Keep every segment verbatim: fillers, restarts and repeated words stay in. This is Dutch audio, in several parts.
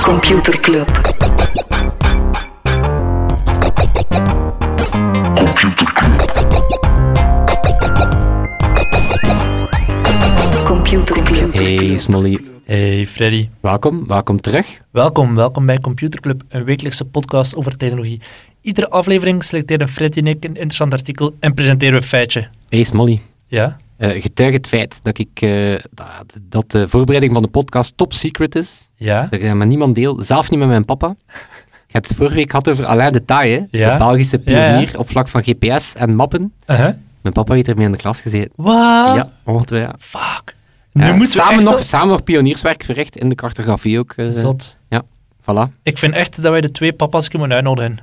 Computer Club. Computer Club. Hey Smolly. Hey Freddy. Welkom, welkom terug. Welkom, welkom bij Computer Club, een wekelijkse podcast over technologie. Iedere aflevering selecteren Freddy en ik een interessant artikel en presenteren we een feitje. Hey Smolly. Ja? Uh, getuig het feit dat, ik, uh, dat, dat de voorbereiding van de podcast top secret is. Ja? Dat ik dat met niemand deel, zelf niet met mijn papa. Je hebt het vorige week gehad over Alain de Taille, Ja? de Belgische pionier Ja, ja. op vlak van G P S en mappen. Uh-huh. Mijn papa heeft ermee in de klas gezeten. Wat? Ja, ongetwijfeld. Ja. Fuck. Ja, Nu moeten we samen, echt nog, wel- samen nog pionierswerk verricht in de cartografie ook. Uh, Zot. Voilà. Ik vind echt dat wij de twee papa's een keer moeten uitnodigen.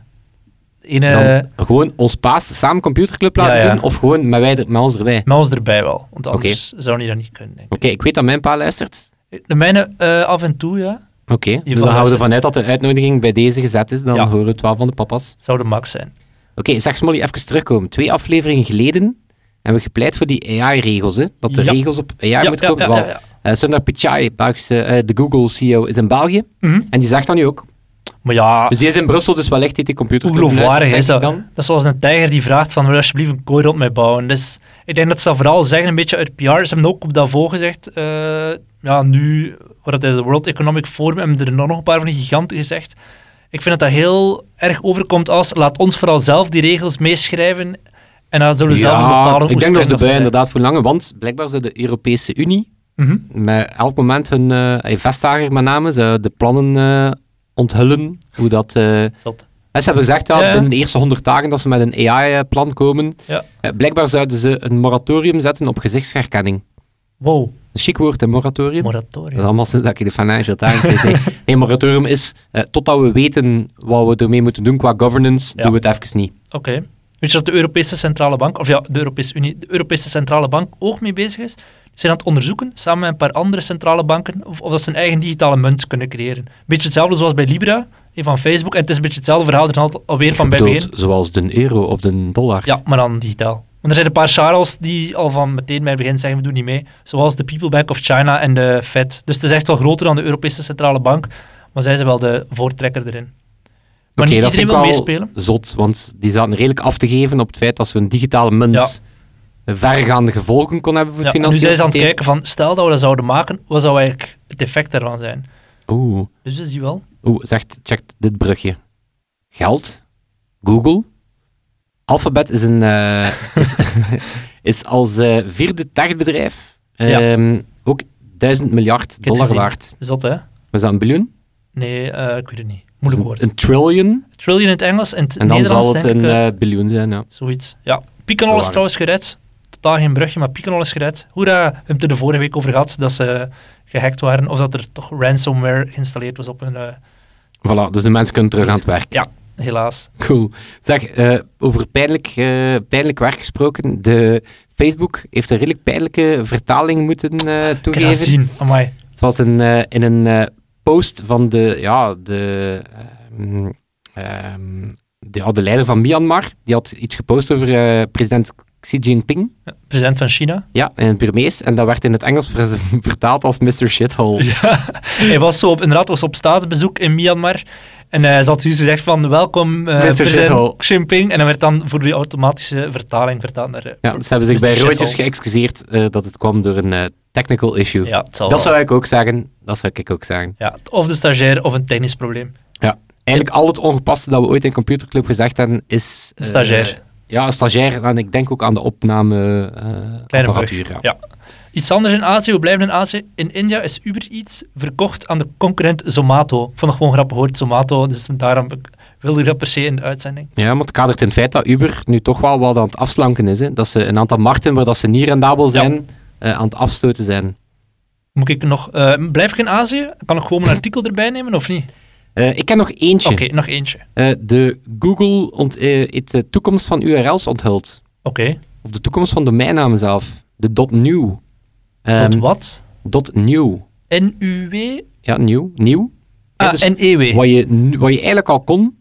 Ene Dan gewoon ons paas samen computerclub laten Ja, ja. doen, of gewoon met, wij er, met ons erbij. met ons erbij wel, want anders zou hij dat niet kunnen, denk Oké, ik weet dat mijn pa luistert. ik. De mijne eh, af en toe, ja. Oké, dus dan luistert. gaan we ervan uit dat de uitnodiging bij deze gezet is. Dan Ja. horen we het wel van de papa's. Zou de max zijn. Oké, zeg Smolly, even terugkomen. Twee afleveringen geleden hebben we gepleit voor die A I-regels. Hè? Dat de Ja. regels op A I Ja, moeten ja, komen. ja, Wel, ja, ja. eh, Sundar Pichai, Belgische, eh, de Google-C E O, is in België. Mhm. En die zegt dat nu ook. Maar ja, Dus die is in Brussel, dus wellicht heeft die computer. hoe geloofwaardig is dat? Dat is zoals een tijger die vraagt van, wil je alsjeblieft een kooi rond mij bouwen? Dus ik denk dat ze dat vooral zeggen, een beetje uit P R. Ze hebben ook op Davos gezegd, eh, ja, nu, wat het is, de World Economic Forum, hebben er nog een paar van die giganten gezegd. Ik vind dat dat heel erg overkomt als, laat ons vooral zelf die regels meeschrijven en dan zullen we zelf bepalen Ja, hoe ik denk dat ze streng erbij zijn. inderdaad voor lange, want blijkbaar zou de Europese Unie Mhm. met elk moment hun uh, Vestager met name, ze de plannen uh, onthullen, hoe dat... Uh, Zot. En ze hebben gezegd, ja, Ja. binnen de eerste honderd dagen dat ze met een A I-plan komen. Ja. Eh, blijkbaar zouden ze een moratorium zetten op gezichtsherkenning. Wow, Een chic woord, een moratorium. Dat moratorium. is allemaal sinds dat ik de Financial Times lees. Nee, nee, moratorium is, uh, totdat we weten wat we ermee moeten doen qua governance, Ja. doen we het even niet. Oké. Weet je dat de Europese Centrale Bank, of ja, de Europese Unie, de Europese Centrale Bank ook mee bezig is? Ze zijn aan het onderzoeken, samen met een paar andere centrale banken, of, of dat ze een eigen digitale munt kunnen creëren. Beetje hetzelfde zoals bij Libra, een van Facebook, en het is een beetje hetzelfde verhaal, er is altijd alweer van bij Bedoeld, begin. zoals de euro of de dollar. Ja, maar dan digitaal. Want er zijn een paar Charles die al van meteen bij het begin zeggen, we doen niet mee. Zoals de People Bank of China en de Fed. Dus het is echt wel groter dan de Europese Centrale Bank, maar zij zijn wel de voortrekker erin. Maar Oké, niet dat vind iedereen ik wil wel meespelen. zot, want die zaten redelijk af te geven op het feit dat ze een digitale munt Ja. vergaande gevolgen kon hebben voor het Ja, nu financiële zijn ze aan het systeem. kijken van, stel dat we dat zouden maken, wat zou eigenlijk het effect daarvan zijn? Oeh. Dus we zien wel. Oeh, zegt, checkt dit brugje. Geld, Google, Alphabet is, een, eh, is, is als eh, vierde techbedrijf ehm, ook duizend miljard het dollar gezien. waard. Zot, hè? Was dat een biljoen? Nee, eh, ik weet het niet. Moeilijk woord. Een, een trillion. Trillion in het Engels, in het En dan Nederlands zal het denk een ik, eh, eh, biljoen zijn, ja. zoiets. Ja, Picanol is Waar. trouwens gered. Totaal geen brugje, maar Picanol is gered. Hoera, we hebben het er de vorige week over gehad, dat ze gehackt waren, of dat er toch ransomware geïnstalleerd was op hun... eh, Voilà, dus de mensen kunnen terug aan het werk. Ja, helaas. Cool. Zeg, eh, over pijnlijk, eh, pijnlijk werk gesproken. De Facebook heeft een redelijk pijnlijke vertaling moeten eh Ik kan toegeven. dat zien, amai. Het was een, eh, in een eh, post van de, ja, de, ehm, ehm, de, ja, de leider van Myanmar. Die had iets gepost over eh, president Xi Jinping. Ja, president van China. Ja, in het Burmees. En dat werd in het Engels ver- vertaald als mister Shithole. Ja, hij was zo op, inderdaad was op staatsbezoek in Myanmar. En hij had dus gezegd van, welkom eh, president Shithole. Xi Jinping. En dan werd dan voor die automatische vertaling vertaald naar... eh, Ja, dus hebben zich mister bij Shithole. Roodjes geëxcuseerd eh, dat het kwam door een eh, technical issue. Ja, het zal Dat wel. zou ik ook zeggen. Dat zou ik ook zeggen. Ja, of de stagiair of een technisch probleem. Ja. Eigenlijk al het ongepaste dat we ooit in Computerclub gezegd hebben, is... Een eh, stagiair. ja, een stagiair. En ik denk ook aan de opname eh Kleine apparatuur. brug. Ja. Ja. Iets anders in Azië, we blijven in Azië. In India is Uber Eats verkocht aan de concurrent Zomato. Ik vond het gewoon grappig hoort, Zomato. Dus daarom ik wilde ik dat per se in de uitzending. Ja, maar het kadert in het feit dat Uber nu toch wel wat aan het afslanken is. Hè. Dat ze een aantal markten waar dat ze niet rendabel zijn, eh, aan het afstoten zijn. Moet ik nog... eh, blijf ik in Azië? Kan ik gewoon een artikel erbij nemen, of niet? Eh, ik heb nog eentje. Oké, nog eentje. Eh, de Google ont, eh, heeft de toekomst van U R L's onthuld. Oké. Of de toekomst van domeinnamen zelf. De .new. Ehm, Tot wat? .new. N U W? Ja, nieuw. Nieuw. Ja, Ah, dus N E W. wat, je, nu- wat je eigenlijk al kon,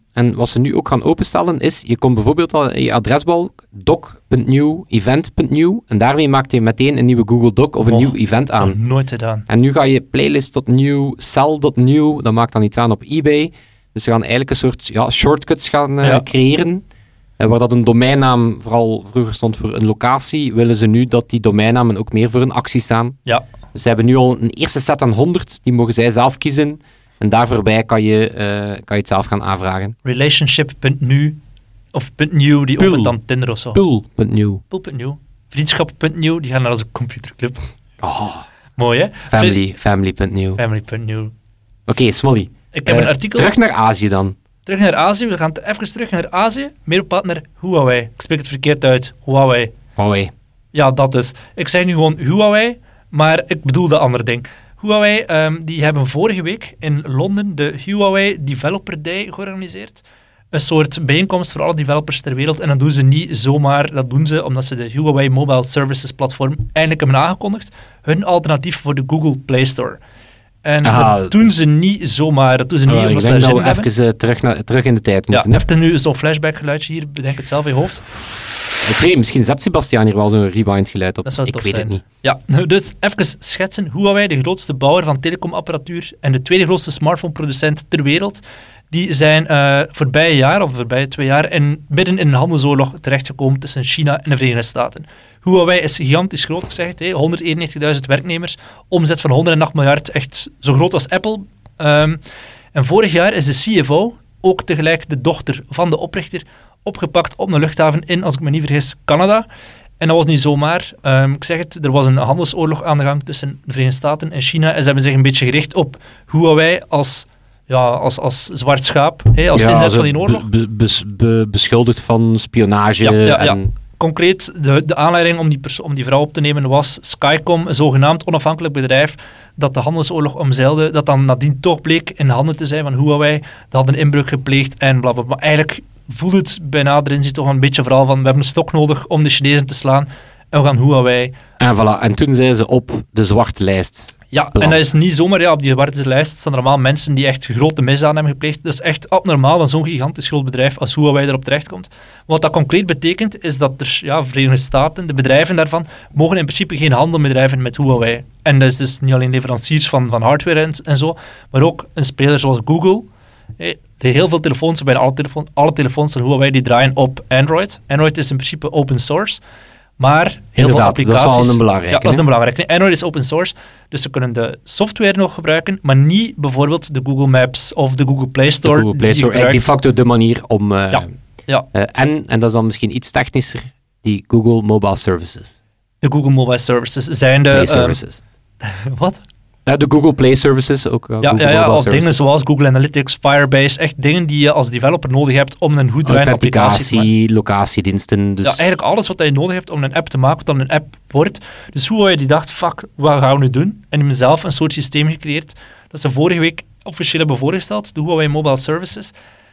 En wat ze nu ook gaan openstellen is, je komt bijvoorbeeld al in je adresbalk doc.new, event.new en daarmee maakt je meteen een nieuwe Google Doc of een Och, nieuw event aan. Nooit gedaan. En nu ga je playlist.new, cell.new, dat maakt dan iets aan op eBay. Dus ze gaan eigenlijk een soort ja, shortcuts gaan uh, Ja. creëren. Uh, waar dat een domeinnaam vooral vroeger stond voor een locatie, willen ze nu dat die domeinnamen ook meer voor een actie staan. Ja. Dus ze hebben nu al een eerste set aan honderd, die mogen zij zelf kiezen. En daar voorbij kan je, uh, kan je het zelf gaan aanvragen. Relationship.nu of .new, die Pul. opent dan Tinder of zo. Pool.new. Pul.new. Vriendschap.new, die gaan naar onze computerclub. Oh, Mooi, hè? family, family.new. Oké, Family.new. okay, Smolly. Ik heb Uh, een artikel... Terug naar Azië dan. Terug naar Azië. We gaan even terug naar Azië. Meer bepaald naar Huawei. Ik spreek het verkeerd uit. Huawei. Huawei. Ja, dat dus. Ik zeg nu gewoon Huawei, maar ik bedoel de andere ding. Huawei, um, die hebben vorige week in Londen de Huawei Developer Day georganiseerd. Een soort bijeenkomst voor alle developers ter wereld. En dat doen ze niet zomaar. Dat doen ze omdat ze de Huawei Mobile Services platform eindelijk hebben aangekondigd. Hun alternatief voor de Google Play Store. En Aha. dat doen ze niet zomaar. Dat doen ze niet Oh, ik omdat ze denk daar dat zin we in hebben. even uh, terug, naar, terug in de tijd Ja, moeten. hè. even nu zo'n flashback geluidje hier. Bedenk het zelf in je hoofd. Oké, misschien zet Sebastiaan hier wel zo'n rewind geluid op. Dat zou Ik tof weet zijn. het niet. Ja, dus even schetsen. Huawei, de grootste bouwer van telecomapparatuur en de tweede grootste smartphone-producent ter wereld, die zijn uh, voorbije jaar, of voorbije twee jaar, in, midden in een handelsoorlog terechtgekomen tussen China en de Verenigde Staten. Huawei is gigantisch groot, ik zeg het, hè, honderdeenennegentigduizend werknemers, omzet van honderdacht miljard, echt zo groot als Apple. Um, en vorig jaar is de C F O, ook tegelijk de dochter van de oprichter, opgepakt op een luchthaven in, als ik me niet vergis, Canada. En dat was niet zomaar. Um, ik zeg het, er was een handelsoorlog aan de gang tussen de Verenigde Staten en China. En ze hebben zich een beetje gericht op Huawei als, ja, als, als zwart schaap, hè, als Ja, inzet ze van die oorlog. be- be- be- beschuldigd van spionage. Ja, ja, en... ja. Concreet, de, de aanleiding om die, perso- om die vrouw op te nemen was Skycom, een zogenaamd onafhankelijk bedrijf dat de handelsoorlog omzeilde, dat dan nadien toch bleek in de handen te zijn van Huawei. Dat had een inbreuk gepleegd en blablabla. Maar eigenlijk voelt het bij nader inzien toch een beetje vooral van we hebben een stok nodig om de Chinezen te slaan en we gaan Huawei. En voilà, en toen zijn ze op de zwarte lijst. Ja, beland. en dat is niet zomaar, ja, op die zwarte lijst staan er allemaal mensen die echt grote misdaden hebben gepleegd. Dat is echt abnormaal dat zo'n gigantisch groot bedrijf als Huawei erop terechtkomt. Wat dat concreet betekent, is dat er, ja, Verenigde Staten, de bedrijven daarvan, mogen in principe geen handel meer drijven met Huawei. En dat is dus niet alleen leveranciers van, van hardware en, en zo, maar ook een speler zoals Google. Hey, de heel veel telefoons, bijna alle, telefoon, alle telefoons van Huawei, die draaien op Android. Android is in principe open source. Maar heel Inderdaad, veel applicaties... dat is wel een belangrijke. Ja, dat is hè? een belangrijke. Android is open source, dus ze kunnen de software nog gebruiken, maar niet bijvoorbeeld de Google Maps of de Google Play De Store. Google Play die Store, je eigenlijk de gebruikt. facto de manier om... uh, Ja, ja. Uh, en, en dat is dan misschien iets technischer, die Google Mobile Services. De Google Mobile Services zijn de... Play um, Services. wat? Ja, de Google Play Services, ook uh, Ja, Google ja, ja, Mobile of dingen Services. zoals Google Analytics, Firebase, echt dingen die je als developer nodig hebt om een goed draaiende applicatie te maken. Authenticatie, locatiediensten. Dus Ja, eigenlijk alles wat je nodig hebt om een app te maken, wat dan een app wordt. Dus Huawei die dacht, fuck, wat gaan we nu doen? En die hebben zelf een soort systeem gecreëerd dat ze vorige week officieel hebben voorgesteld, de Huawei Mobile Services.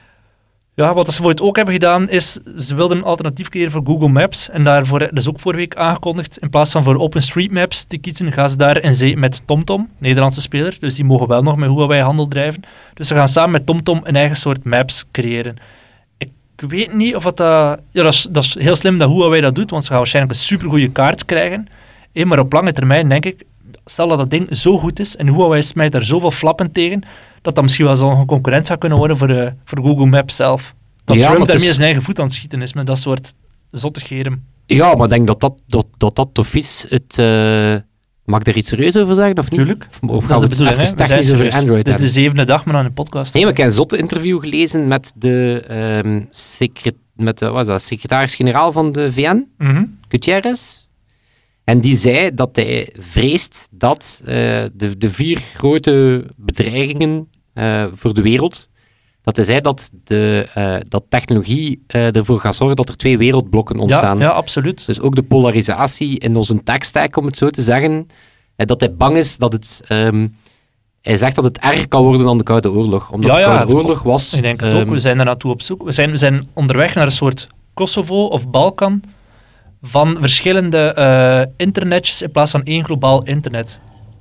Ja, wat ze voor het ook hebben gedaan, is ze wilden een alternatief creëren voor Google Maps. En daarvoor, dat is ook vorige week aangekondigd, in plaats van voor OpenStreetMaps te kiezen, gaan ze daar in zee met TomTom, Nederlandse speler. Dus die mogen wel nog met Huawei handel drijven. Dus ze gaan samen met TomTom een eigen soort maps creëren. Ik weet niet of dat... Uh, ja, dat is, dat is heel slim dat Huawei dat doet, want ze gaan waarschijnlijk een supergoeie kaart krijgen. Hey, maar op lange termijn denk ik, stel dat dat ding zo goed is en Huawei smijt daar zoveel flappen tegen, dat dat misschien wel zo'n concurrent zou kunnen worden voor, de, voor Google Maps zelf. Dat Ja, Trump maar het daarmee is- zijn eigen voet aan het schieten is met dat soort zottigheden. ja, maar ik denk dat dat, dat, dat, dat tof is. Het, uh, mag ik er iets serieus over zeggen, of niet? Tuurlijk. Of, of Dat gaan is we de het bedoeling, hè? even We zijn technisch over serieus. Android Dit is de hebben? zevende dag maar aan de podcast. Nee, maar ik heb een zotte interview gelezen met de um, secret, met de, wat is dat, secretaris-generaal van de V N, Mhm. Gutierrez. En die zei dat hij vreest dat uh, de, de vier grote bedreigingen uh, voor de wereld, dat hij zei dat, de, uh, dat technologie uh, ervoor gaat zorgen dat er twee wereldblokken ontstaan. Ja, ja, absoluut. Dus ook de polarisatie in onze tech-stack, om het zo te zeggen, uh, dat hij bang is dat het... Um, hij zegt dat het erger kan worden dan de Koude Oorlog. Omdat Ja, ja, de Koude het- Oorlog was... Ik denk het um, ook. We zijn daar naartoe op zoek. We zijn, we zijn onderweg naar een soort Kosovo of Balkan van verschillende uh, internetjes in plaats van één globaal internet.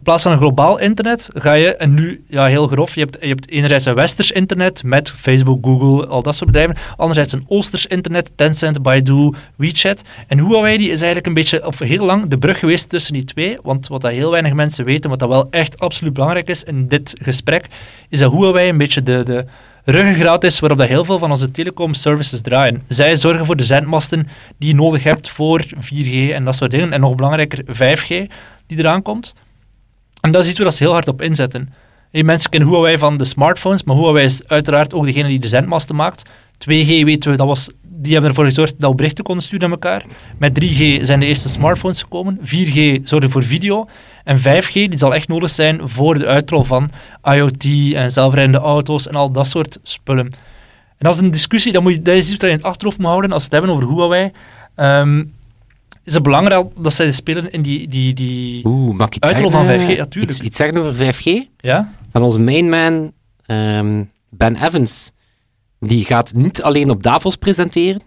plaats van een globaal internet ga je, en nu ja, heel grof, je hebt, je hebt enerzijds een westers internet met Facebook, Google, al dat soort bedrijven. Anderzijds een oosters internet, Tencent, Baidu, WeChat. En Huawei die is eigenlijk een beetje, of heel lang, de brug geweest tussen die twee. Want wat dat heel weinig mensen weten, wat dat wel echt absoluut belangrijk is in dit gesprek, is dat Huawei een beetje de... de ruggengraat is waarop dat heel veel van onze telecom-services draaien. Zij zorgen voor de zendmasten die je nodig hebt voor vier G en dat soort dingen. En nog belangrijker, vijf G die eraan komt. En dat is iets waar ze heel hard op inzetten. Hey, mensen kennen Huawei van de smartphones, maar Huawei is uiteraard ook degene die de zendmasten maakt. twee G weten we, dat was, die hebben ervoor gezorgd dat we berichten konden sturen naar elkaar. Met drie G zijn de eerste smartphones gekomen. vier G zorgde voor video. En vijf G die zal echt nodig zijn voor de uitrol van IoT en zelfrijdende auto's en al dat soort spullen. En dat is een discussie, dat, moet je, dat is iets wat je in het achterhoofd moet houden als we het hebben over Huawei. Um, is het belangrijk dat zij spelen in die, die, die Oeh, mag ik iets uitrol zeggen, van vijf G? Ja, tuurlijk. Iets, iets zeggen over vijf G? Ja? Van onze mainman um, Ben Evans. Die gaat niet alleen op Davos presenteren.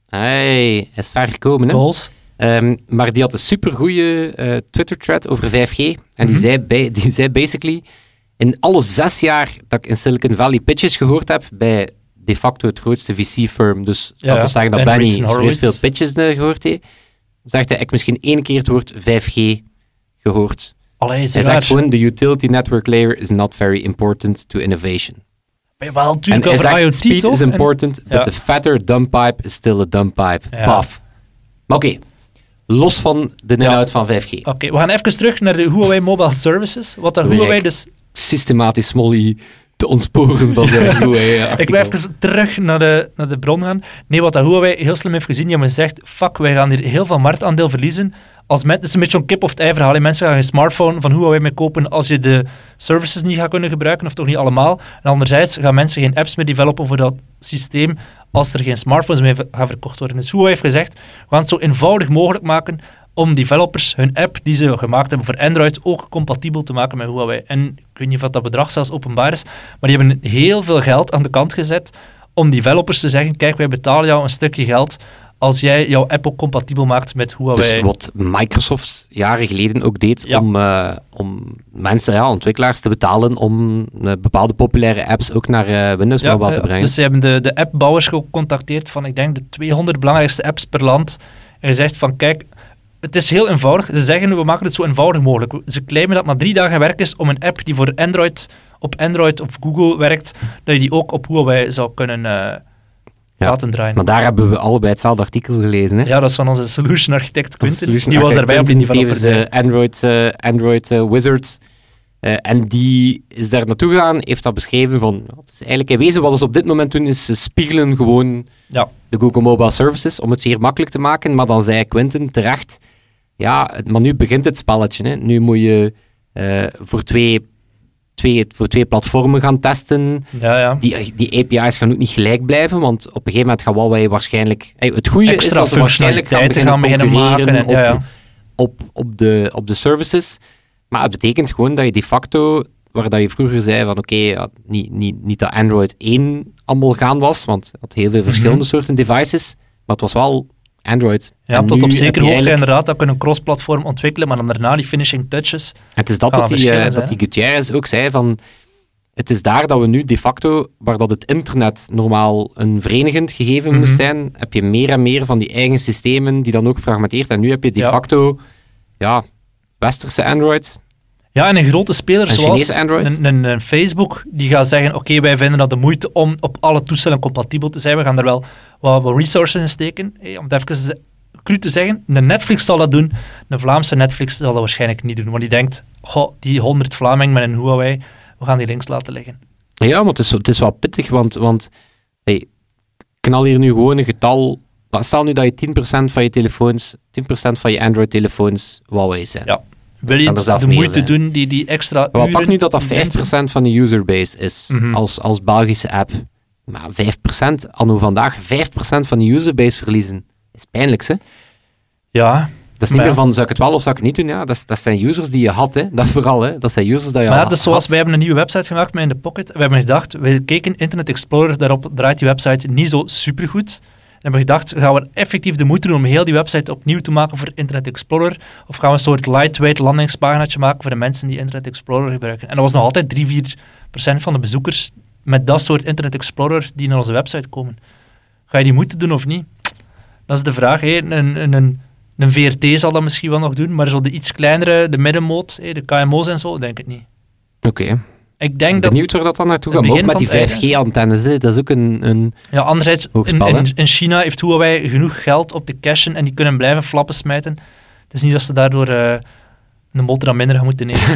Hij is ver gekomen, hè? Goals. Um, maar die had een supergoeie uh, Twitter-thread over vijf G. En die, mm-hmm. zei bij, die zei basically... In alle zes jaar dat ik in Silicon Valley pitches gehoord heb, bij de facto het grootste V C-firm, dus ja, laten we zeggen dat Benny serieus veel pitches uh, gehoord heeft, zegt hij, ik heb misschien één keer het woord vijf G gehoord. Allee, hij zegt gewoon, the utility network layer is not very important to innovation. Maar wel, natuurlijk en hij over zegt, IoT, speed toch? is important, en, but ja. the fatter dumb pipe is still a dumb pipe. Ja. Paf. Maar oké. Okay. Los van de inhoud ja. van vijf G. Oké, okay, we gaan even terug naar de Huawei Mobile Services. Wat dat Huawei dus... Systematisch Smolly te ontsporen van de Huawei. Ik wil even terug naar de, naar de bron gaan. Nee, wat dat Huawei heel slim heeft gezien, die hebben gezegd, fuck, wij gaan hier heel veel marktaandeel verliezen. Als men, het is een beetje zo'n kip of het ei verhaal. Mensen gaan een smartphone van Huawei mee kopen als je de services niet gaat kunnen gebruiken, of toch niet allemaal. En anderzijds gaan mensen geen apps meer developen voor dat systeem als er geen smartphones meer gaan verkocht worden. Dus Huawei heeft gezegd, we gaan het zo eenvoudig mogelijk maken om developers hun app die ze gemaakt hebben voor Android ook compatibel te maken met Huawei. En ik weet niet of dat bedrag zelfs openbaar is, maar die hebben heel veel geld aan de kant gezet om developers te zeggen, kijk, wij betalen jou een stukje geld als jij jouw app ook compatibel maakt met Huawei. Dus wat Microsoft jaren geleden ook deed, ja. om, uh, om mensen, ja, ontwikkelaars te betalen om uh, bepaalde populaire apps ook naar uh, Windows ja, Mobile uh, te brengen. Dus ze hebben de, de appbouwers gecontacteerd van, ik denk, de tweehonderd belangrijkste apps per land. En gezegd van, kijk, het is heel eenvoudig. Ze zeggen, we maken het zo eenvoudig mogelijk. Ze claimen dat het maar drie dagen werk is om een app die voor Android, op Android of Google werkt, dat je die ook op Huawei zou kunnen uh, ja, laten draaien. Maar daar hebben we allebei hetzelfde artikel gelezen. Hè? Ja, dat is van onze solution architect Quinten. Solution die was daarbij op die developer. Die is uh, Android, uh, Android uh, Wizard. Uh, en die is daar naartoe gegaan, heeft dat beschreven van, het is eigenlijk in wezen wat ze op dit moment doen, is ze spiegelen gewoon ja. de Google Mobile Services om het zeer makkelijk te maken. Maar dan zei Quinten terecht, ja, maar nu begint het spelletje. Hè. Nu moet je uh, voor, twee, twee, voor twee platformen gaan testen. Ja, ja. Die, die A P I's gaan ook niet gelijk blijven, want op een gegeven moment gaan Huawei waarschijnlijk... Hey, het goede is dat ze waarschijnlijk gaan beginnen, gaan beginnen maken en, op, ja, ja. Op, op, de, op de services. Maar het betekent gewoon dat je de facto, waar dat je vroeger zei van oké, okay, ja, niet, niet, niet dat Android één allemaal gaan was, want het had heel veel verschillende mm-hmm. soorten devices, maar het was wel Android. Ja, en tot op zekere hoogte eigenlijk... inderdaad, dat kunnen een cross-platform ontwikkelen, maar dan daarna die finishing touches. Het is dat dat die, uh, dat die Gutierrez ook zei van, het is daar dat we nu de facto, waar dat het internet normaal een verenigend gegeven mm-hmm. moest zijn, heb je meer en meer van die eigen systemen die dan ook fragmenteert. En nu heb je de ja. facto, ja, westerse Android. Ja, en een grote speler een zoals een, een, een Facebook, die gaat zeggen, oké, okay, wij vinden dat de moeite om op alle toestellen compatibel te zijn. We gaan er wel wat, wat resources in steken. Hey, om het even cru te zeggen, een Netflix zal dat doen, een Vlaamse Netflix zal dat waarschijnlijk niet doen. Want die denkt, goh, die honderd Vlamingen met een Huawei, we gaan die links laten liggen. Ja, maar het is, het is wel pittig, want, want hey, knal hier nu gewoon een getal. Stel nu dat je tien procent van je telefoons, tien procent van je Android-telefoons Huawei zijn. Ja. Wil je de moeite zijn. doen, die, die extra maar pak nu dat dat vijf procent van de userbase is, mm-hmm. als, als Belgische app. Maar vijf procent, anno vandaag, vijf procent van de userbase verliezen. Is pijnlijk, hè? Ja. Dat is niet meer ja. van, zou ik het wel of zou ik het niet doen? Ja, dat, dat zijn users die je had, hè. Dat vooral, hè. Dat zijn users die je maar al ja, dus zoals wij hebben een nieuwe website gemaakt met In The Pocket. We hebben gedacht, we keken Internet Explorer, daarop draait die website niet zo supergoed. hebben we gedacht, gaan we effectief de moeite doen om heel die website opnieuw te maken voor Internet Explorer? Of gaan we een soort lightweight landingspaginaatje maken voor de mensen die Internet Explorer gebruiken? En dat was nog altijd drie tot vier procent van de bezoekers met dat soort Internet Explorer die naar onze website komen. Ga je die moeite doen of niet? Dat is de vraag. Hè. Een, een, een, een V R T zal dat misschien wel nog doen, maar zo de iets kleinere, de middenmoot, hè, de K M O's en zo, denk ik niet. Oké. Okay. Ik denk dat benieuwd waar dat dan naartoe gaat. Maar ook met die vijf G-antennes, dat is ook een, een ja, anderzijds, in, in, in China heeft Huawei genoeg geld op te cashen en die kunnen blijven flappen smijten. Het is niet dat ze daardoor uh, een boterham minder gaan moeten nemen.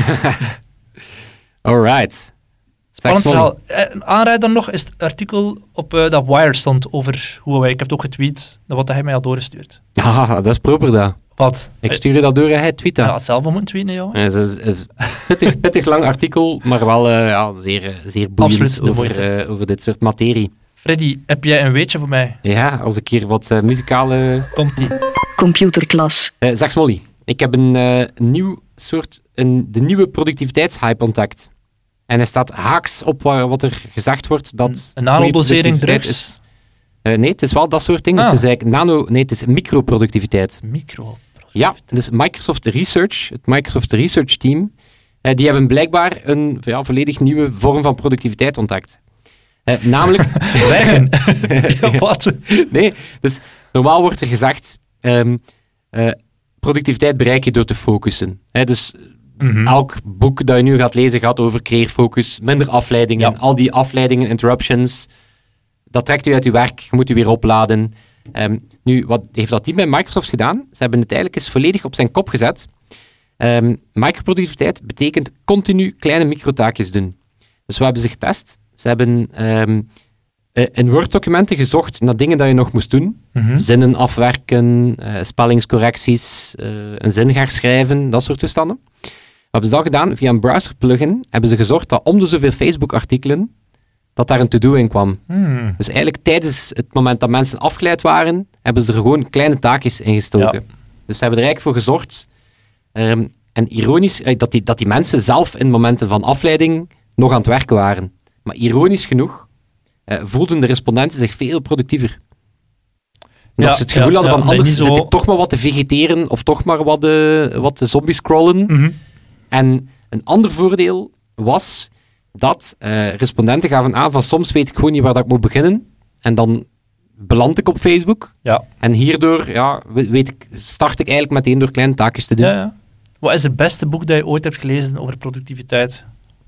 Alright. Spannend verhaal. Een aanrader nog is het artikel op uh, dat Wired stond over Huawei. Ik heb het ook getweet, dat wat hij mij al doorgestuurd. Ja, dat is proper dat. Wat? Ik stuur je dat door en hij tweet dat. Ja, het zelf moeten tweeten, joh. Ja, het is een pittig, pittig lang artikel, maar wel uh, ja, zeer, zeer boeiend over, uh, over dit soort materie. Freddy, heb jij een weetje voor mij? Ja, als ik hier wat uh, muzikale... Komt-ie. Computerklas. Uh, zeg Smolly, ik heb een uh, nieuw soort, een, de nieuwe productiviteitshype ontdekt. En hij staat haaks op waar, wat er gezegd wordt dat... Een nanodosering drugs? Is. Uh, nee, het is wel dat soort dingen. Ah. Het is eigenlijk nano... Nee, het is microproductiviteit. Micro... Ja, dus Microsoft Research, het Microsoft Research Team, eh, die hebben blijkbaar een ja, volledig nieuwe vorm van productiviteit ontdekt. Eh, namelijk... Werken? Ja, wat? Nee, dus normaal wordt er gezegd, um, uh, productiviteit bereik je door te focussen. Hè, dus mm-hmm. elk boek dat je nu gaat lezen gaat over creëer focus, minder afleidingen, ja. al die afleidingen, interruptions, dat trekt u uit uw werk, je moet u weer opladen. Um, nu, wat heeft dat team bij Microsoft gedaan? Ze hebben het eigenlijk eens volledig op zijn kop gezet. Um, microproductiviteit betekent continu kleine microtaakjes doen. Dus wat hebben ze getest? Ze hebben um, in Word-documenten gezocht naar dingen dat je nog moest doen. Mm-hmm. Zinnen afwerken, uh, spellingscorrecties, uh, een zin herschrijven, dat soort toestanden. Wat hebben ze dan gedaan? Via een browser-plugin hebben ze gezorgd dat om de zoveel Facebook-artikelen dat daar een to-do in kwam. Hmm. Dus eigenlijk tijdens het moment dat mensen afgeleid waren, hebben ze er gewoon kleine taakjes in gestoken. Ja. Dus ze hebben er eigenlijk voor gezorgd. Um, en ironisch, uh, dat, die, dat die mensen zelf in momenten van afleiding nog aan het werken waren. Maar ironisch genoeg uh, voelden de respondenten zich veel productiever. Ja, als ze het gevoel ja, hadden van, ja, anders zit zo... ik toch maar wat te vegeteren, of toch maar wat de, wat de zombies scrollen. Mm-hmm. En een ander voordeel was... dat uh, respondenten gaven aan van soms weet ik gewoon niet waar dat ik moet beginnen en dan beland ik op Facebook ja. en hierdoor ja, weet ik, start ik eigenlijk meteen door kleine taakjes te doen. Ja, ja. Wat is het beste boek dat je ooit hebt gelezen over productiviteit?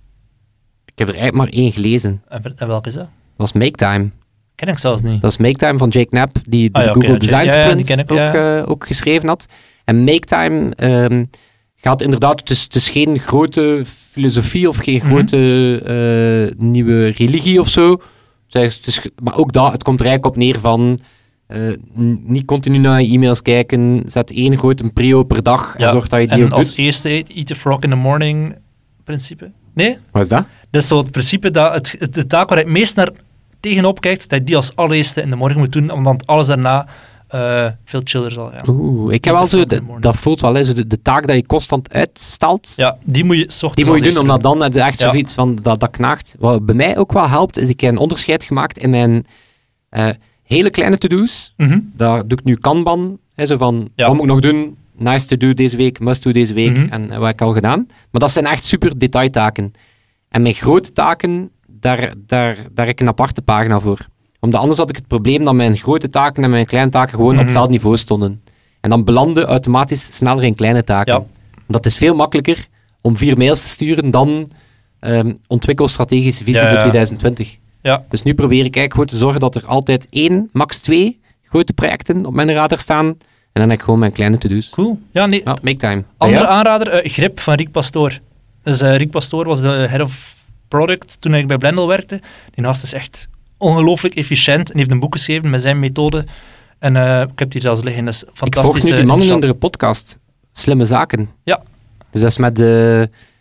Ik heb er eigenlijk maar één gelezen. En, en welke is dat? Dat was Make Time. Ken ik zelfs niet. Dat is Make Time van Jake Knapp, die de ah, ja, Google okay, Design ja, Sprint ja, ik, ook, ja. uh, ook geschreven had. En Make Time um, gaat inderdaad, het is, het is geen grote filosofie of geen grote mm-hmm. uh, nieuwe religie of zo. Dus het is, maar ook dat, het komt er eigenlijk op neer van uh, niet continu naar je e-mails kijken, zet één grote prio per dag en ja. zorg dat je die en ook als doet. eerste eat a frog in the morning principe. Nee? Wat is dat? Dat is zo het principe dat het, het, de taak waar je het meest naar tegenop kijkt, dat je die als allereerste in de morgen moet doen, omdat alles daarna uh, veel chiller zal gaan. Oeh, ik heb wel zo, de, dat voelt wel, hè, zo de, de taak dat je constant uitstelt. Ja, die moet je 's ochtends Die moet je doen, omdat dan het echt ja. zoiets van, dat, dat knaagt. Wat bij mij ook wel helpt, is ik heb een onderscheid gemaakt in mijn uh, hele kleine to-do's. Mm-hmm. Daar doe ik nu Kanban, hè, zo van, ja. wat moet ik nog doen? Nice to do deze week, must do deze week, mm-hmm. en, en wat heb ik al gedaan. Maar dat zijn echt super detailtaken. En mijn grote taken, daar, daar, daar heb ik een aparte pagina voor. Omdat anders had ik het probleem dat mijn grote taken en mijn kleine taken gewoon mm-hmm. op hetzelfde niveau stonden. En dan belanden automatisch sneller in kleine taken. Ja. Dat is veel makkelijker om vier mails te sturen dan um, ontwikkel strategische visie ja, ja. voor twintig twintig. Ja. Dus nu probeer ik eigenlijk gewoon te zorgen dat er altijd één, max twee grote projecten op mijn radar staan. En dan heb ik gewoon mijn kleine to-do's. Cool. Ja, nee. Ja, make time. Andere ja? aanrader, uh, Grip van Rick Pastoor. Dus uh, Rick Pastoor was de head of product toen ik bij Blendel werkte. Die gast is echt ongelooflijk efficiënt en heeft een boek geschreven met zijn methode. En uh, ik heb het hier zelfs liggen. Dat is fantastisch. Ik volg nu die mannen in de podcast. Slimme Zaken. Ja. Dus dat is met uh,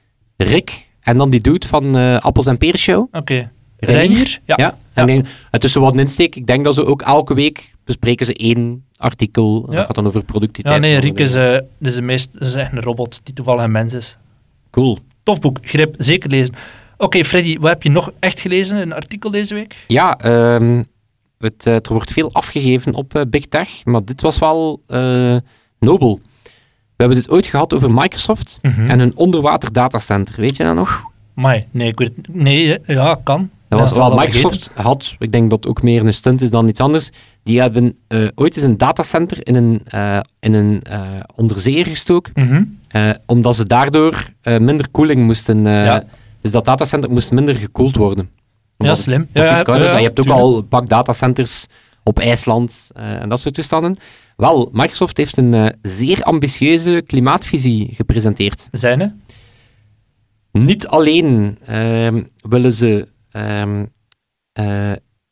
Rick en dan die dude van uh, Appels en Peer Show. Oké. Okay. Reinier? Ja. ja. En ja. Het is zo wat een insteek. Ik denk dat ze ook elke week bespreken ze één artikel. Ja. Dat gaat dan over productiviteit. Ja, nee, Rick is, uh, is, de meest, is echt een robot die toevallig een mens is. Cool. Tof boek. Grip. Zeker lezen. Oké, okay, Freddy, wat heb je nog echt gelezen? Een artikel deze week? Ja, um, het, uh, er wordt veel afgegeven op uh, Big Tech, maar dit was wel uh, nobel. We hebben dit ooit gehad over Microsoft mm-hmm. en een onderwater datacenter. Weet je dat nog? Amai, nee, ik weet het. Nee, ja, kan. Dat was ja, wel Microsoft vergeten. Had, ik denk dat het ook meer een stunt is dan iets anders. Die hebben uh, ooit eens een datacenter in een, uh, in een uh, onderzeeër gestoken, mm-hmm. uh, omdat ze daardoor uh, minder koeling moesten. Uh, ja. Dus dat datacenter moest minder gekoeld worden. Ja, slim. Ja, ja, ja, ja, je hebt ook tuurlijk. al een pak datacenters op IJsland uh, en dat soort toestanden. Wel, Microsoft heeft een uh, zeer ambitieuze klimaatvisie gepresenteerd. Zijn er? Niet alleen uh, willen ze... Um, uh,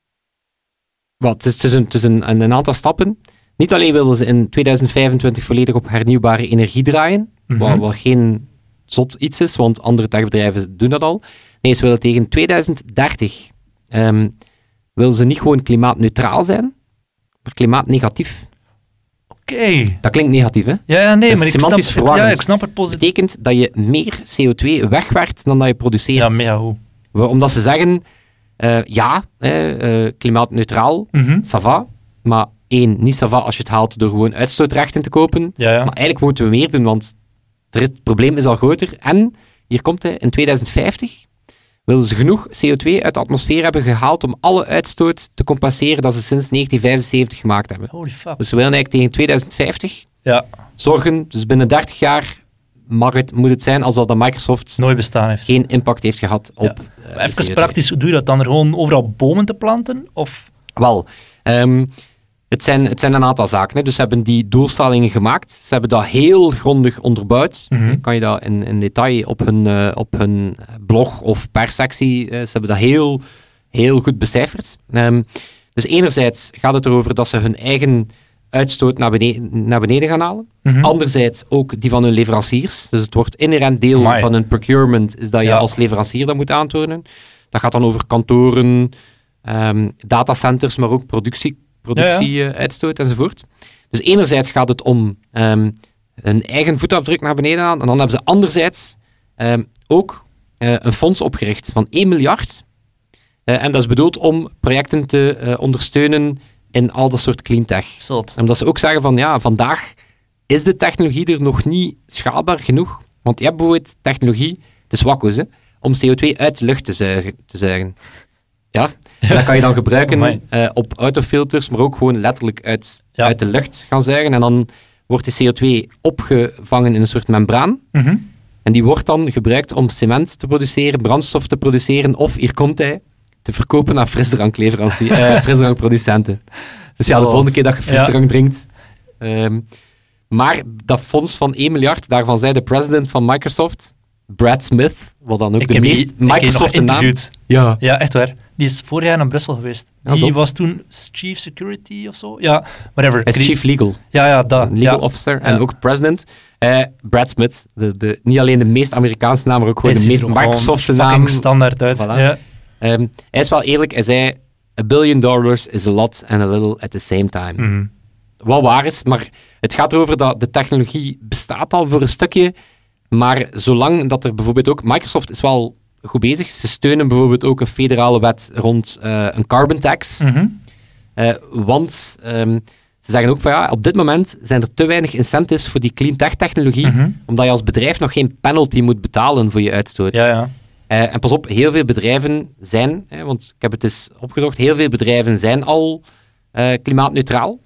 well, het is, het is, een, het is een, een, een aantal stappen. Niet alleen willen ze in tweeduizend vijfentwintig volledig op hernieuwbare energie draaien, mm-hmm. wat, wat geen zot iets is, want andere techbedrijven doen dat al. Nee, ze willen tegen tweeduizend dertig um, willen ze niet gewoon klimaatneutraal zijn, maar klimaatnegatief. Oké. Okay. Dat klinkt negatief, hè? Ja, ja nee, dat maar ik snap, het, ja, ik snap het positief. Dat betekent dat je meer C O twee wegwerkt dan dat je produceert. Ja, mega goed. Omdat ze zeggen, uh, ja, eh, uh, klimaatneutraal, mm-hmm. ça va, maar één, niet ça va als je het haalt door gewoon uitstootrechten te kopen. Ja, ja. Maar eigenlijk moeten we meer doen, want het probleem is al groter. En, hier komt hij, in tweeduizend vijftig willen ze genoeg C O twee uit de atmosfeer hebben gehaald om alle uitstoot te compenseren dat ze sinds negentien vijfenzeventig gemaakt hebben. Holy fuck. Dus ze willen eigenlijk tegen tweeduizend vijftig ja. zorgen, dus binnen dertig jaar mag het, moet het zijn alsof dat Microsoft nooit bestaan heeft. Geen impact heeft gehad op ja. uh, Even praktisch, hoe doe je dat dan? Er gewoon overal bomen te planten? Of? Wel, um, het, zijn, het zijn een aantal zaken. Hè. Dus ze hebben die doelstellingen gemaakt. Ze hebben dat heel grondig onderbouwd. Mm-hmm. Kan je dat in, in detail op hun, uh, op hun blog of perssectie. Uh, ze hebben dat heel, heel goed becijferd. Um, dus enerzijds gaat het erover dat ze hun eigen uitstoot naar beneden, naar beneden gaan halen. Mm-hmm. Anderzijds ook die van hun leveranciers. Dus het wordt inherent deel Amai. van hun procurement, is dat je ja. als leverancier dat moet aantonen. Dat gaat dan over kantoren, um, datacenters, maar ook productie, productie-uitstoot ja, ja. enzovoort. Dus enerzijds gaat het om um, hun eigen voetafdruk naar beneden aan, en dan hebben ze anderzijds um, ook uh, een fonds opgericht van één miljard. Uh, en dat is bedoeld om projecten te uh, ondersteunen in al dat soort cleantech. Zot. Omdat ze ook zeggen van, ja, vandaag is de technologie er nog niet schaalbaar genoeg. Want je hebt bijvoorbeeld technologie, de zwakko's, hè, om C O twee uit de lucht te zuigen. Te zuigen. Ja, en dat kan je dan gebruiken uh, op autofilters, maar ook gewoon letterlijk uit, ja. uit de lucht gaan zuigen. En dan wordt de C O twee opgevangen in een soort membraan. Mm-hmm. En die wordt dan gebruikt om cement te produceren, brandstof te produceren, of, hier komt hij, te verkopen aan frisdrankleveranciers, uh, frisdrankproducenten. Dus ja, de volgende keer dat je frisdrank ja. drinkt. Um, maar dat fonds van één miljard, daarvan zei de president van Microsoft, Brad Smith, wat dan ook ik de meest die, Microsoft naam. Ja. ja, echt waar. Die is vorig jaar naar Brussel geweest. Die ja, was toen Chief Security of zo. Ja, whatever. Hij is Chief Legal. Ja, ja, dat. Legal ja. Officer en ja. ook president. Uh, Brad Smith, de, de, niet alleen de meest Amerikaanse naam, maar ook gewoon hij de meest Microsoft naam. Standaard uit. Voilà. Ja. Um, hij is wel eerlijk, hij zei, a billion dollars is a lot and a little at the same time. Mm-hmm. Wat waar is, maar het gaat erover dat de technologie bestaat al voor een stukje, maar zolang dat er bijvoorbeeld ook, Microsoft is wel goed bezig, ze steunen bijvoorbeeld ook een federale wet rond uh, een carbon tax, mm-hmm. uh, want um, ze zeggen ook van ja, op dit moment zijn er te weinig incentives voor die clean tech technologie, mm-hmm. omdat je als bedrijf nog geen penalty moet betalen voor je uitstoot. Ja, ja. Uh, en pas op, heel veel bedrijven zijn, hè, want ik heb het eens opgezocht, heel veel bedrijven zijn al uh, klimaatneutraal.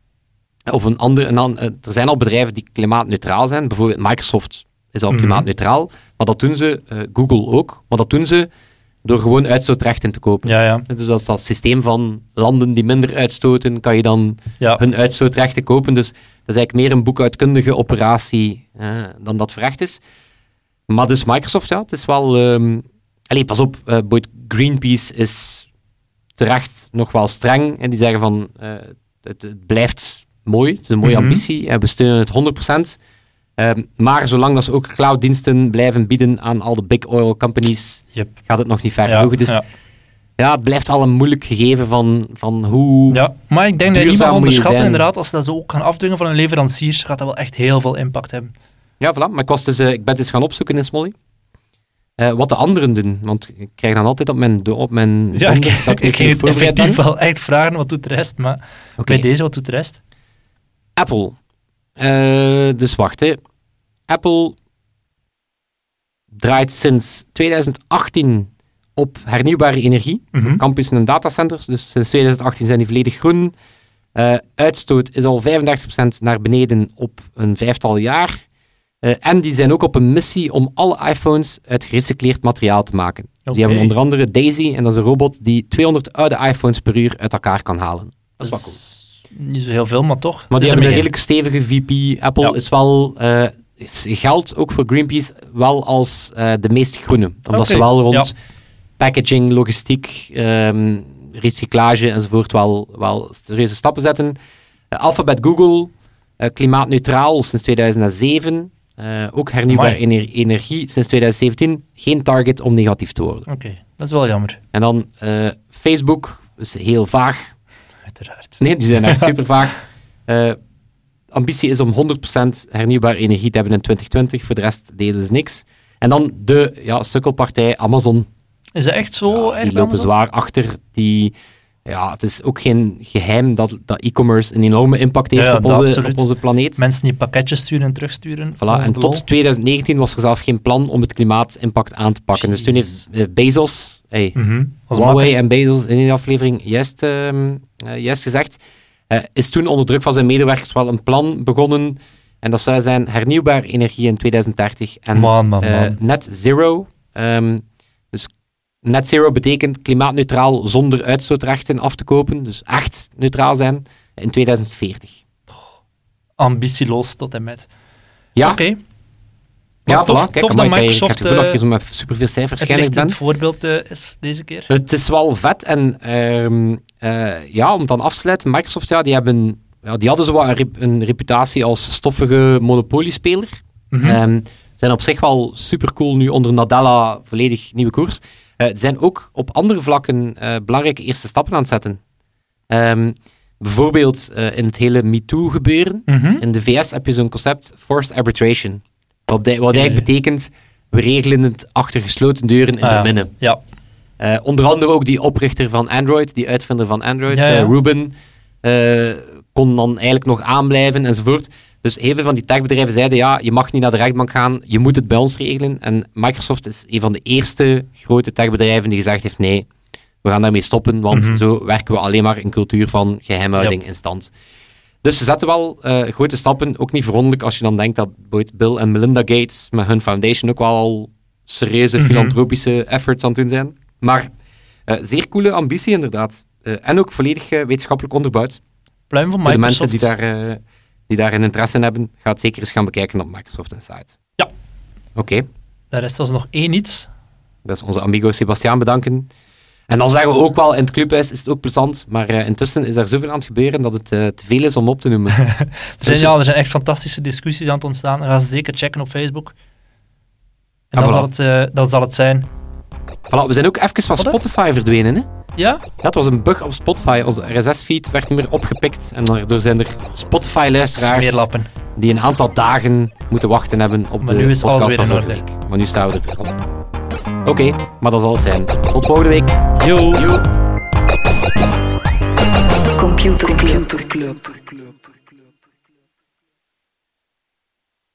Of een andere, een, uh, er zijn al bedrijven die klimaatneutraal zijn. Bijvoorbeeld Microsoft is al mm-hmm. klimaatneutraal. Maar dat doen ze, uh, Google ook, maar dat doen ze door gewoon uitstootrechten te kopen. Ja, ja. Dus dat is dat systeem van landen die minder uitstoten, kan je dan ja. hun uitstootrechten kopen. Dus dat is eigenlijk meer een boekhoudkundige operatie uh, dan dat verrecht is. Maar dus Microsoft, ja, het is wel... Um, allee, pas op, uh, Greenpeace is terecht nog wel streng. En die zeggen van, uh, het, het blijft mooi, het is een mooie mm-hmm. ambitie. En we steunen het honderd procent. Um, maar zolang dat ze ook clouddiensten blijven bieden aan al de big oil companies, yep. gaat het nog niet ver ja, genoeg. Dus ja. ja, het blijft wel een moeilijk gegeven van, van hoe ja, maar ik denk dat je niet mag onderschatten, inderdaad, als ze dat zo ook gaan afdwingen van hun leveranciers, gaat dat wel echt heel veel impact hebben. Ja, voilà. Maar ik, was dus, uh, ik ben het eens gaan opzoeken in Smolly. uh, wat de anderen doen. Want ik krijg dan altijd op mijn... Op mijn ja, donder, ik, dat ik, ik ging effectief wel echt vragen wat doet de rest, maar okay. Bij deze, wat doet de rest? Apple. Uh, dus wacht, hè. Apple draait sinds twintig achttien op hernieuwbare energie, mm-hmm. campussen en datacenters. Dus sinds twintig achttien zijn die volledig groen. Uh, uitstoot is al vijfendertig procent naar beneden op een vijftal jaar. Uh, en die zijn ook op een missie om alle iPhones uit gerecycleerd materiaal te maken. Okay. Die hebben onder andere Daisy, en dat is een robot die tweehonderd oude iPhones per uur uit elkaar kan halen. Dat is wel cool. Niet zo heel veel, maar toch. Maar die hebben een redelijk stevige V P. Apple ja. is wel... Uh, geldt ook voor Greenpeace wel als uh, de meest groene. Omdat okay. ze wel rond ja. packaging, logistiek, um, recyclage enzovoort wel, wel serieuze stappen zetten. Uh, Alphabet, Google, uh, klimaatneutraal sinds tweeduizend zeven. Uh, ook hernieuwbare ener- energie sinds twintig zeventien. Geen target om negatief te worden. Oké, okay. Dat is wel jammer. En dan uh, Facebook, is heel vaag. Uiteraard. Nee, die zijn echt super vaag. Uh, ambitie is om honderd procent hernieuwbare energie te hebben in twintig twintig. Voor de rest deden ze niks. En dan de ja, sukkelpartij Amazon. Is dat echt zo? Ja, die lopen Amazon? Zwaar achter. Die, ja, het is ook geen geheim dat, dat e-commerce een enorme impact heeft ja, ja, op, onze, op onze planeet. Mensen die pakketjes sturen en terugsturen. Voilà, en tot twintig negentien was er zelf geen plan om het klimaatimpact aan te pakken. Jezus. Dus toen heeft uh, Bezos, hey, mm-hmm. Huawei en Bezos in die aflevering juist, uh, uh, juist gezegd, uh, is toen onder druk van zijn medewerkers wel een plan begonnen. En dat zou zijn hernieuwbare energie in twintig dertig en man, man, man. Uh, net zero. Um, dus net zero betekent klimaatneutraal zonder uitstootrechten af te kopen. Dus echt neutraal zijn in twintig veertig. Oh, ambitieloos tot en met. Ja. Oké. Okay. Ja, tof, voilà. Kijk, tof amai, dat Microsoft... Ik heb het gevoel dat je zo met superveel cijfers schijnig bent. Het voorbeeld uh, is deze keer. Het is wel vet. En um, uh, ja, om dan af te sluiten, Microsoft, ja, die, hebben, ja, die hadden zo wat een, rep- een reputatie als stoffige monopoliespeler. Mm-hmm. Um, zijn op zich wel supercool nu onder Nadella volledig nieuwe koers. Uh, zijn ook op andere vlakken uh, belangrijke eerste stappen aan het zetten. Um, bijvoorbeeld uh, in het hele MeToo-gebeuren. Mm-hmm. In de V S heb je zo'n concept, forced arbitration. Wat, de, wat eigenlijk betekent, we regelen het achter gesloten deuren in ah, de minne. Ja. Uh, onder andere ook die oprichter van Android, die uitvinder van Android, ja, ja. Uh, Ruben, uh, kon dan eigenlijk nog aanblijven enzovoort. Dus heel veel van die techbedrijven zeiden, ja, je mag niet naar de rechtbank gaan, je moet het bij ons regelen. En Microsoft is een van de eerste grote techbedrijven die gezegd heeft, nee, we gaan daarmee stoppen, want mm-hmm. zo werken we alleen maar een cultuur van geheimhouding yep. in stand. Dus ze zetten wel uh, grote stappen, ook niet verwonderlijk als je dan denkt dat Bill en Melinda Gates met hun foundation ook wel al serieuze mm-hmm. filantropische efforts aan het doen zijn. Maar uh, zeer coole ambitie inderdaad. Uh, en ook volledig uh, wetenschappelijk onderbouwd. Pluim van Voor Microsoft. de mensen die daar, uh, die daar een interesse in hebben, ga het zeker eens gaan bekijken op Microsoft Insight. Ja. Oké. Okay. Daar rest ons nog één iets. Dat is onze amigo Sebastiaan bedanken. En dan zeggen we ook wel, in het clubhuis is het ook plezant, maar uh, intussen is er zoveel aan het gebeuren dat het uh, te veel is om op te noemen. er, zijn, ja, er zijn echt fantastische discussies aan het ontstaan. Dan gaan ze zeker checken op Facebook. En dan, voilà. zal, het, uh, dan zal het zijn. Voilà, we zijn ook even van Spotify verdwenen, hè? Ja? Ja, het was een bug op Spotify. Onze R S S-feed werd niet meer opgepikt. En daardoor zijn er Spotify-luisteraars die een aantal dagen moeten wachten hebben op maar de nu is podcast alles van weer vorige week. Maar nu staan we er terug op. Oké, okay, maar dat zal het zijn. Tot volgende week. Yo. Yo. Computer Club.